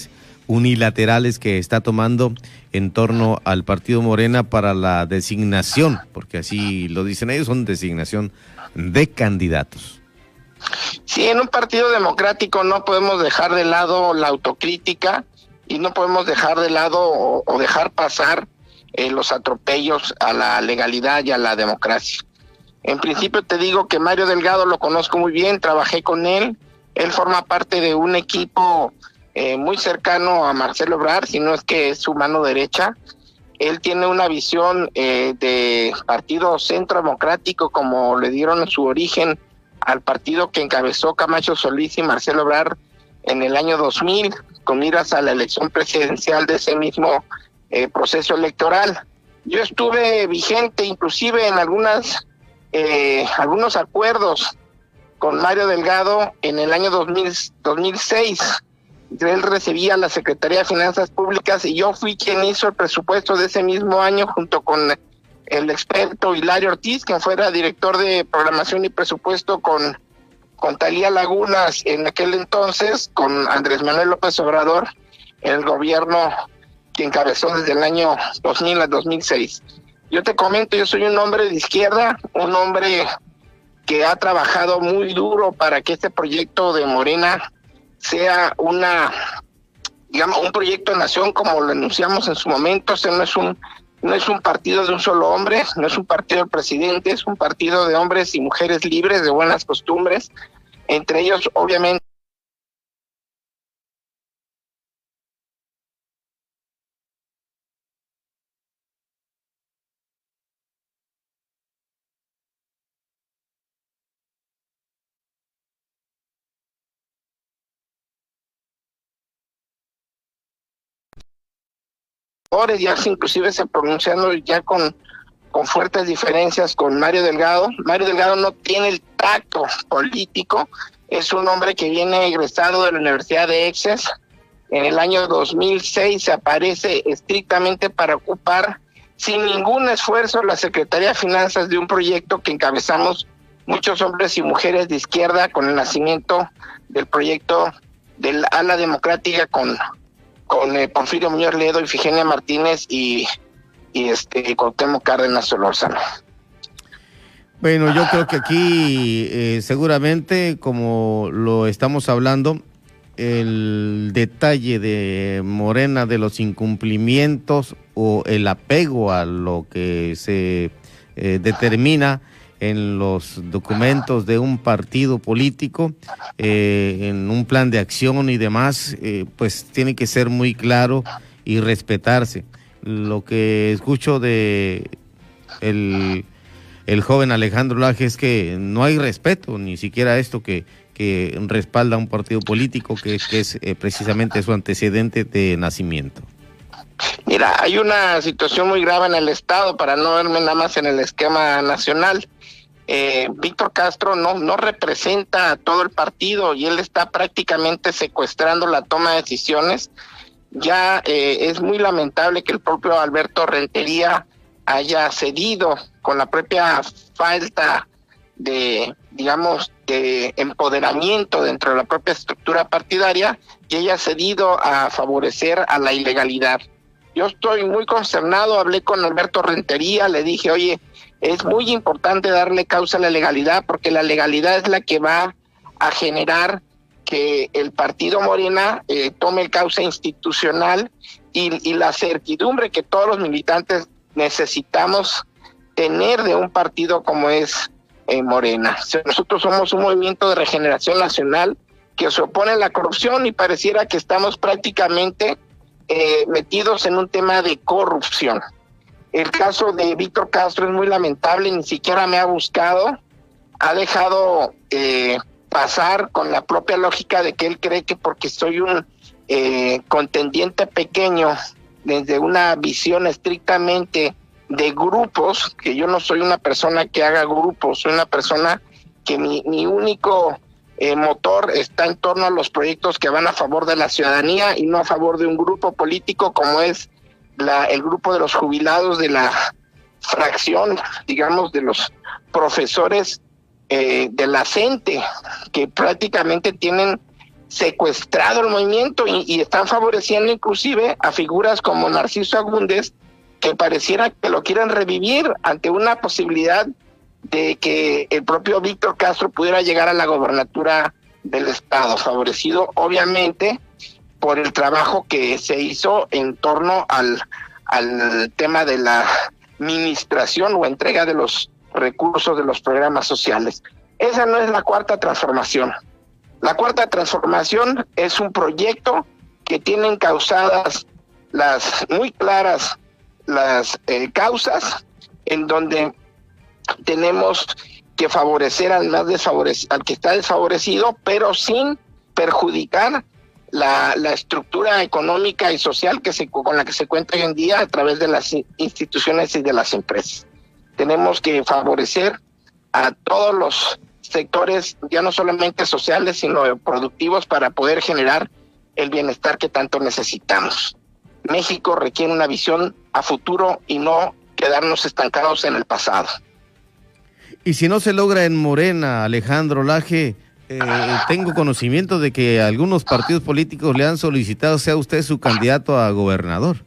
unilaterales que está tomando en torno al partido Morena para la designación, porque así lo dicen ellos, son designación de candidatos. Sí, en un partido democrático no podemos dejar de lado la autocrítica y no podemos dejar de lado o, o dejar pasar eh, los atropellos a la legalidad y a la democracia. En principio te digo que Mario Delgado lo conozco muy bien, trabajé con él, él forma parte de un equipo eh, muy cercano a Marcelo Ebrard, si no es que es su mano derecha. Él tiene una visión eh, de partido centro democrático, como le dieron en su origen al partido que encabezó Camacho Solís y Marcelo Ebrard en el año dos mil, con miras a la elección presidencial de ese mismo eh, proceso electoral. Yo estuve vigente inclusive en algunas eh, algunos acuerdos con Mario Delgado en el año dos mil, dos mil seis. Él recibía la Secretaría de Finanzas Públicas y yo fui quien hizo el presupuesto de ese mismo año junto con el experto Hilario Ortiz, quien fuera director de programación y presupuesto con, con Talía Lagunas en aquel entonces, con Andrés Manuel López Obrador, en el gobierno que encabezó desde el año dos mil a dos mil seis. Yo te comento, yo soy un hombre de izquierda, un hombre que ha trabajado muy duro para que este proyecto de Morena sea una, digamos, un proyecto de nación como lo anunciamos en su momento. O sea, no es un no es un partido de un solo hombre, no es un partido del presidente, es un partido de hombres y mujeres libres de buenas costumbres, entre ellos obviamente ya inclusive se pronunciando ya con, con fuertes diferencias con Mario Delgado. Mario Delgado no tiene el tacto político, es un hombre que viene egresado de la Universidad de Exes. En el año dos mil seis se aparece estrictamente para ocupar sin ningún esfuerzo la Secretaría de Finanzas de un proyecto que encabezamos muchos hombres y mujeres de izquierda con el nacimiento del proyecto del ala democrática con con eh, Porfirio Muñoz Ledo, Ifigenia Martínez y, y este Cuauhtémoc Cárdenas Solórzano. Bueno, yo creo que aquí eh, seguramente, como lo estamos hablando, el detalle de Morena de los incumplimientos o el apego a lo que se eh, determina en los documentos de un partido político, eh, en un plan de acción y demás, eh, pues tiene que ser muy claro y respetarse. Lo que escucho de el, el joven Alejandro Laje es que no hay respeto, ni siquiera esto que, que respalda un partido político, que, que es eh, precisamente su antecedente de nacimiento. Mira, hay una situación muy grave en el Estado, para no verme nada más en el esquema nacional. Eh, Víctor Castro no, no representa a todo el partido y él está prácticamente secuestrando la toma de decisiones. Ya eh, es muy lamentable que el propio Alberto Rentería haya cedido con la propia falta de, digamos, de empoderamiento dentro de la propia estructura partidaria y haya cedido a favorecer a la ilegalidad. Yo estoy muy consternado, hablé con Alberto Rentería, le dije, oye, es muy importante darle causa a la legalidad porque la legalidad es la que va a generar que el partido Morena eh, tome el cauce institucional y, y la certidumbre que todos los militantes necesitamos tener de un partido como es eh, Morena. O sea, nosotros somos un movimiento de regeneración nacional que se opone a la corrupción y pareciera que estamos prácticamente eh, metidos en un tema de corrupción. El caso de Víctor Castro es muy lamentable, ni siquiera me ha buscado, ha dejado eh, pasar con la propia lógica de que él cree que porque soy un eh, contendiente pequeño, desde una visión estrictamente de grupos, que yo no soy una persona que haga grupos, soy una persona que mi, mi único eh, motor está en torno a los proyectos que van a favor de la ciudadanía y no a favor de un grupo político como es La, el grupo de los jubilados de la fracción, digamos, de los profesores eh, de la CENTE, que prácticamente tienen secuestrado el movimiento y, y están favoreciendo inclusive a figuras como Narciso Agúndez, que pareciera que lo quieren revivir ante una posibilidad de que el propio Víctor Castro pudiera llegar a la gobernatura del estado, favorecido obviamente por el trabajo que se hizo en torno al, al tema de la administración o entrega de los recursos de los programas sociales. Esa no es la cuarta transformación. La cuarta transformación es un proyecto que tiene encausadas las muy claras las eh, causas en donde tenemos que favorecer al más desfavorecido, al que está desfavorecido, pero sin perjudicar la, la estructura económica y social que se, con la que se cuenta hoy en día a través de las instituciones y de las empresas. Tenemos que favorecer a todos los sectores, ya no solamente sociales, sino productivos, para poder generar el bienestar que tanto necesitamos. México requiere una visión a futuro y no quedarnos estancados en el pasado. Y si no se logra en Morena, Alejandro Laje, eh, tengo conocimiento de que algunos partidos políticos le han solicitado sea usted su candidato a gobernador.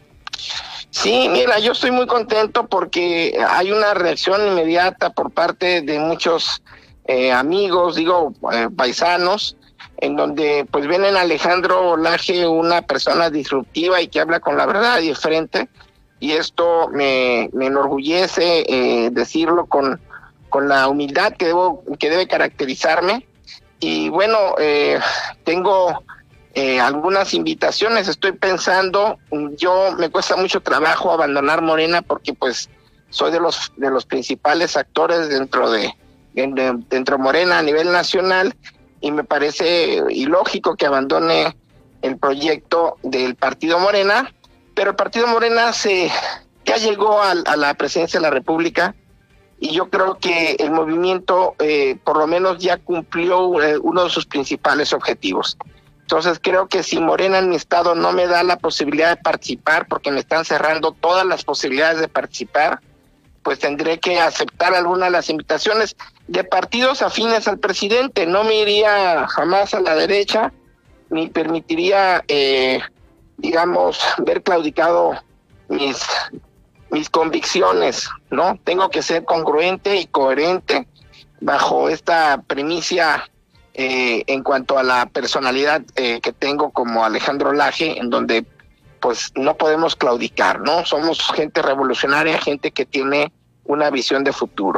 Sí, mira, yo estoy muy contento porque hay una reacción inmediata por parte de muchos eh, amigos, digo, eh, paisanos, en donde pues ven en Alejandro Laje una persona disruptiva y que habla con la verdad y de frente, y esto me, me enorgullece eh, decirlo con, con la humildad que debo que debe caracterizarme. Y bueno, eh, tengo eh, algunas invitaciones, estoy pensando, yo me cuesta mucho trabajo abandonar Morena porque pues soy de los de los principales actores dentro de, de dentro de Morena a nivel nacional, y me parece ilógico que abandone el proyecto del Partido Morena, pero el Partido Morena se ya llegó a, a la presidencia de la República, y yo creo que el movimiento eh, por lo menos ya cumplió eh, uno de sus principales objetivos. Entonces creo que si Morena en mi estado no me da la posibilidad de participar, porque me están cerrando todas las posibilidades de participar, pues tendré que aceptar alguna de las invitaciones de partidos afines al presidente. No me iría jamás a la derecha, ni permitiría, eh, digamos, ver claudicado mis, mis convicciones, ¿no? Tengo que ser congruente y coherente bajo esta premisa eh, en cuanto a la personalidad eh, que tengo como Alejandro Laje, en donde pues no podemos claudicar, ¿no? Somos gente revolucionaria, gente que tiene una visión de futuro.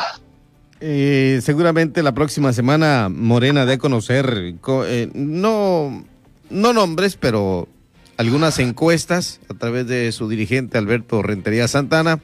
Eh, seguramente la próxima semana Morena dé a conocer, eh, no, no nombres, pero algunas encuestas a través de su dirigente Alberto Rentería Santana.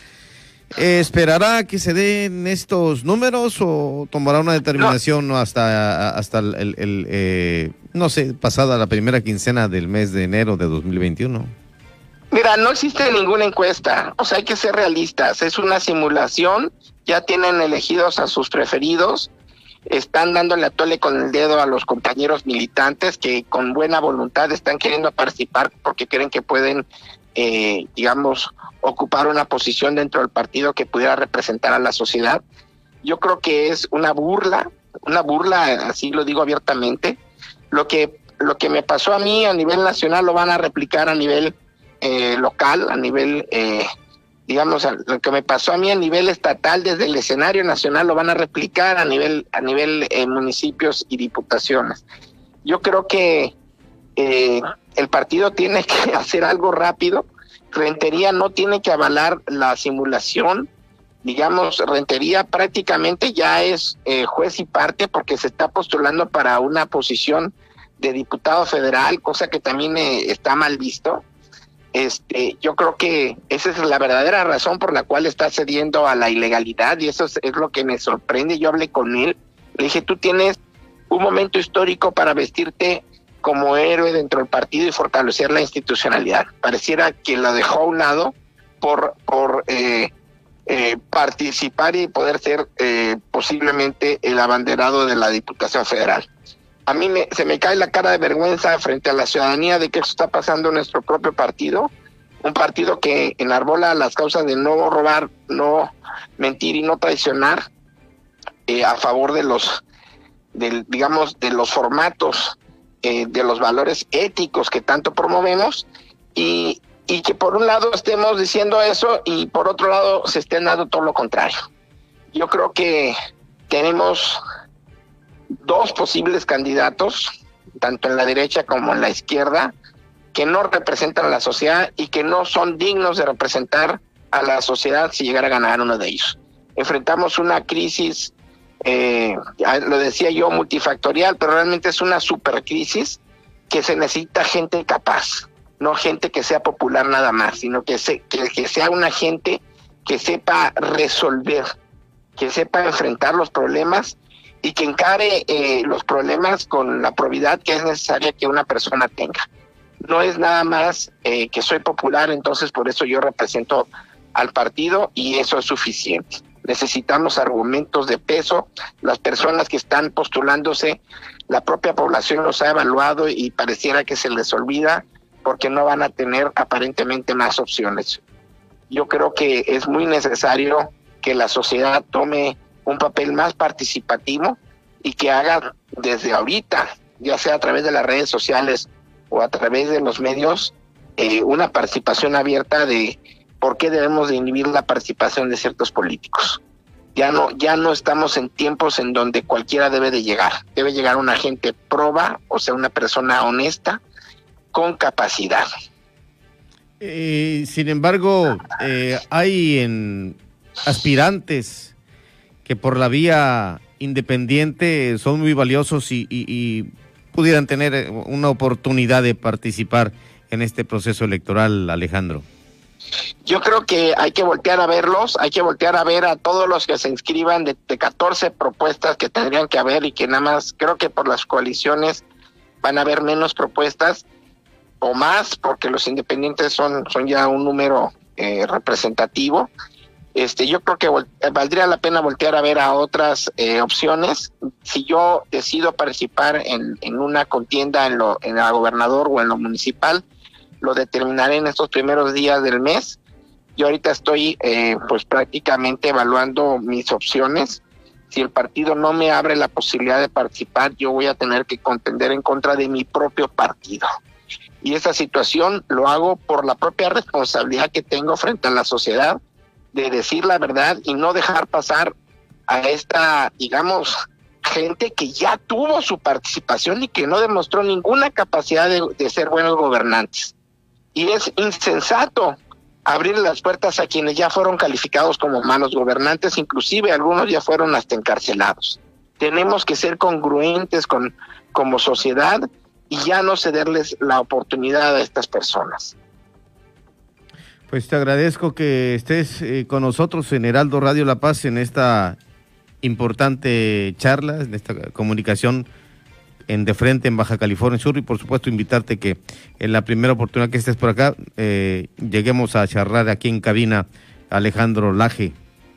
Eh, ¿Esperará que se den estos números o tomará una determinación no. hasta, hasta el, el, el eh, no sé, pasada la primera quincena del mes de enero de dos mil veintiuno? Mira, no existe ninguna encuesta, o sea, hay que ser realistas, es una simulación, ya tienen elegidos a sus preferidos, están dándole a tole con el dedo a los compañeros militantes que con buena voluntad están queriendo participar porque creen que pueden, eh, digamos, ocupar una posición dentro del partido que pudiera representar a la sociedad. Yo creo que es una burla, una burla, así lo digo abiertamente. Lo que, lo que me pasó a mí a nivel nacional lo van a replicar a nivel eh, local, a nivel, eh, digamos, lo que me pasó a mí a nivel estatal desde el escenario nacional lo van a replicar a nivel, a nivel eh, municipios y diputaciones. Yo creo que eh, el partido tiene que hacer algo rápido. Rentería no tiene que avalar la simulación, digamos, Rentería prácticamente ya es eh, juez y parte porque se está postulando para una posición de diputado federal, cosa que también eh, está mal visto. Este, yo creo que esa es la verdadera razón por la cual está cediendo a la ilegalidad y eso es, es lo que me sorprende. Yo hablé con él, le dije, tú tienes un momento histórico para vestirte como héroe dentro del partido y fortalecer la institucionalidad. Pareciera que lo dejó a un lado por, por eh, eh, participar y poder ser eh, posiblemente el abanderado de la Diputación Federal. A mí me, se me cae la cara de vergüenza frente a la ciudadanía de que eso está pasando en nuestro propio partido, un partido que enarbola las causas de no robar, no mentir y no traicionar eh, a favor de los, del, digamos, de los formatos eh, de los valores éticos que tanto promovemos, y, y que por un lado estemos diciendo eso y por otro lado se estén dando todo lo contrario. Yo creo que tenemos dos posibles candidatos, tanto en la derecha como en la izquierda, que no representan a la sociedad y que no son dignos de representar a la sociedad si llegara a ganar uno de ellos. Enfrentamos una crisis, eh, lo decía yo, multifactorial, pero realmente es una supercrisis que se necesita gente capaz, no gente que sea popular nada más, sino que, se, que, que sea una gente que sepa resolver, que sepa enfrentar los problemas y que encare eh, los problemas con la probidad que es necesaria que una persona tenga. No es nada más eh, que soy popular, entonces por eso yo represento al partido y eso es suficiente. Necesitamos argumentos de peso. Las personas que están postulándose, la propia población los ha evaluado y pareciera que se les olvida porque no van a tener aparentemente más opciones. Yo creo que es muy necesario que la sociedad tome un papel más participativo y que haga desde ahorita, ya sea a través de las redes sociales o a través de los medios, eh, una participación abierta de por qué debemos de inhibir la participación de ciertos políticos. Ya no, ya no estamos en tiempos en donde cualquiera debe de llegar. Debe llegar una gente proba, o sea, una persona honesta, con capacidad. Eh, sin embargo, eh, hay en aspirantes que por la vía independiente son muy valiosos y, y, y pudieran tener una oportunidad de participar en este proceso electoral, Alejandro. Yo creo que hay que voltear a verlos, hay que voltear a ver a todos los que se inscriban de, de catorce propuestas que tendrían que haber y que nada más, creo que por las coaliciones van a haber menos propuestas o más, porque los independientes son, son ya un número eh, representativo. Este, yo creo que vol- valdría la pena voltear a ver a otras eh, opciones. Si yo decido participar en, en una contienda en lo en la gobernador o en lo municipal, lo determinaré en estos primeros días del mes. Yo ahorita estoy eh, pues prácticamente evaluando mis opciones. Si el partido no me abre la posibilidad de participar, yo voy a tener que contender en contra de mi propio partido. Y esa situación lo hago por la propia responsabilidad que tengo frente a la sociedad, de decir la verdad y no dejar pasar a esta, digamos, gente que ya tuvo su participación y que no demostró ninguna capacidad de, de ser buenos gobernantes. Y es insensato abrir las puertas a quienes ya fueron calificados como malos gobernantes, inclusive algunos ya fueron hasta encarcelados. Tenemos que ser congruentes con como sociedad y ya no cederles la oportunidad a estas personas. Pues te agradezco que estés eh, con nosotros en Heraldo Radio La Paz en esta importante charla, en esta comunicación en De Frente en Baja California Sur, y por supuesto invitarte que en la primera oportunidad que estés por acá eh, lleguemos a charlar aquí en cabina. Alejandro Laje.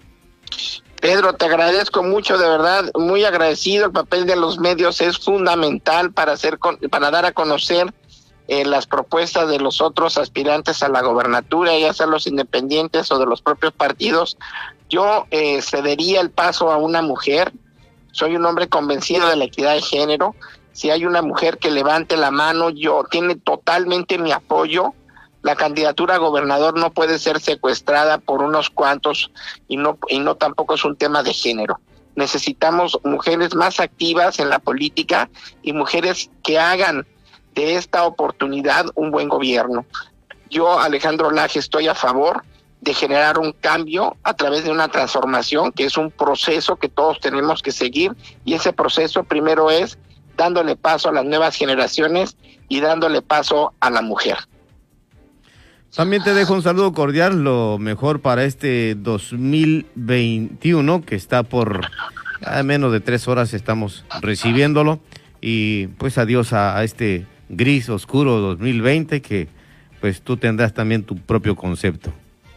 Pedro, te agradezco mucho, de verdad, muy agradecido. El papel de los medios es fundamental para hacer con, para dar a conocer eh, las propuestas de los otros aspirantes a la gobernatura, ya sean los independientes o de los propios partidos. Yo eh, cedería el paso a una mujer. Soy un hombre convencido de la equidad de género. Si hay una mujer que levante la mano, yo tiene totalmente mi apoyo. La candidatura a gobernador no puede ser secuestrada por unos cuantos y no y no tampoco es un tema de género. Necesitamos mujeres más activas en la política y mujeres que hagan de esta oportunidad un buen gobierno. Yo, Alejandro Laje, estoy a favor de generar un cambio a través de una transformación, que es un proceso que todos tenemos que seguir, y ese proceso primero es dándole paso a las nuevas generaciones y dándole paso a la mujer. También te dejo un saludo cordial, lo mejor para este dos mil veintiuno, que está por a menos de tres horas estamos recibiéndolo, y pues adiós a, a este gris oscuro dos mil veinte, que pues tú tendrás también tu propio concepto.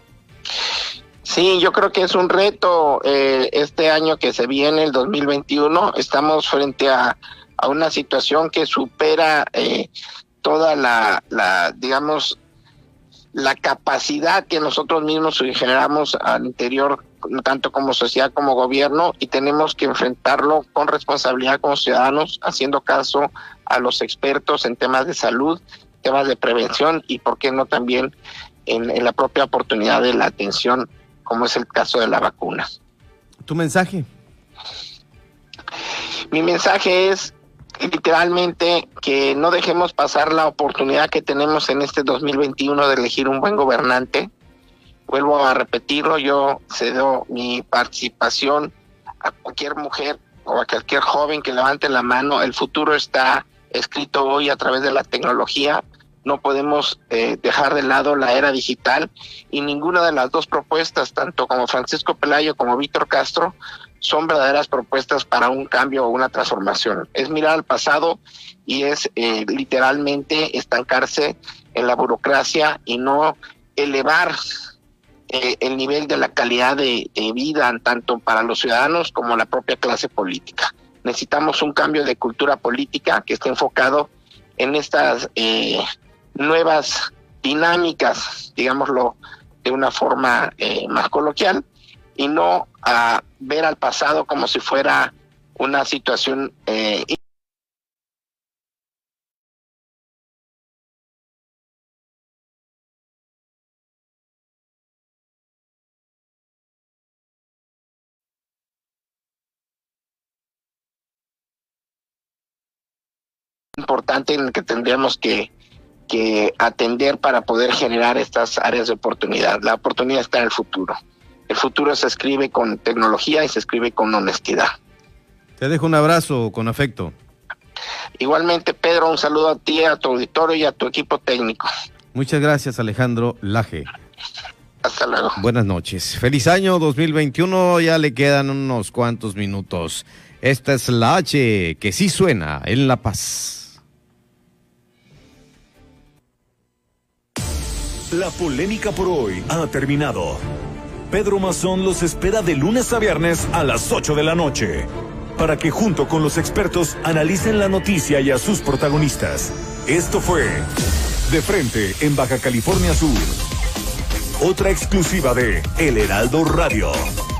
Sí, yo creo que es un reto eh, este año que se viene, el dos mil veintiuno. Estamos frente a, a una situación que supera eh, toda la, la, digamos, la capacidad que nosotros mismos generamos al interior tanto como sociedad como gobierno, y tenemos que enfrentarlo con responsabilidad como ciudadanos, haciendo caso a los expertos en temas de salud, temas de prevención y, por qué no, también en, en la propia oportunidad de la atención, como es el caso de la vacuna. ¿Tu mensaje? Mi mensaje es literalmente que no dejemos pasar la oportunidad que tenemos en este dos mil veintiuno de elegir un buen gobernante. Vuelvo a repetirlo, yo cedo mi participación a cualquier mujer o a cualquier joven que levante la mano. El futuro está escrito hoy a través de la tecnología. No podemos eh, dejar de lado la era digital, y ninguna de las dos propuestas, tanto como Francisco Pelayo como Víctor Castro, son verdaderas propuestas para un cambio o una transformación. Es mirar al pasado y es eh, literalmente estancarse en la burocracia y no elevar eh, el nivel de la calidad de, de vida tanto para los ciudadanos como la propia clase política. Necesitamos un cambio de cultura política que esté enfocado en estas eh, nuevas dinámicas, digámoslo de una forma eh, más coloquial, y no a ver al pasado como si fuera una situación eh, importante en el que tendríamos que, que atender para poder generar estas áreas de oportunidad. La oportunidad está en el futuro. El futuro se escribe con tecnología y se escribe con honestidad. Te dejo un abrazo con afecto. Igualmente, Pedro, un saludo a ti, a tu auditorio y a tu equipo técnico. Muchas gracias, Alejandro Laje. Hasta luego. Buenas noches. Feliz año dos mil veintiuno, ya le quedan unos cuantos minutos. Esta es la H que sí suena en La Paz. La polémica por hoy ha terminado. Pedro Mazón los espera de lunes a viernes a las ocho de la noche, para que junto con los expertos analicen la noticia y a sus protagonistas. Esto fue De Frente en Baja California Sur. Otra exclusiva de El Heraldo Radio.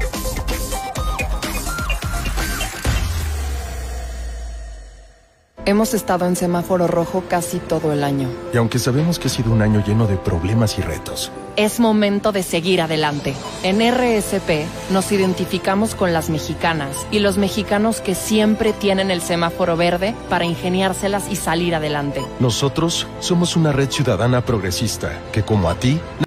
Hemos estado en semáforo rojo casi todo el año. Y aunque sabemos que ha sido un año lleno de problemas y retos, es momento de seguir adelante. En R S P nos identificamos con las mexicanas y los mexicanos que siempre tienen el semáforo verde para ingeniárselas y salir adelante. Nosotros somos una red ciudadana progresista que, como a ti,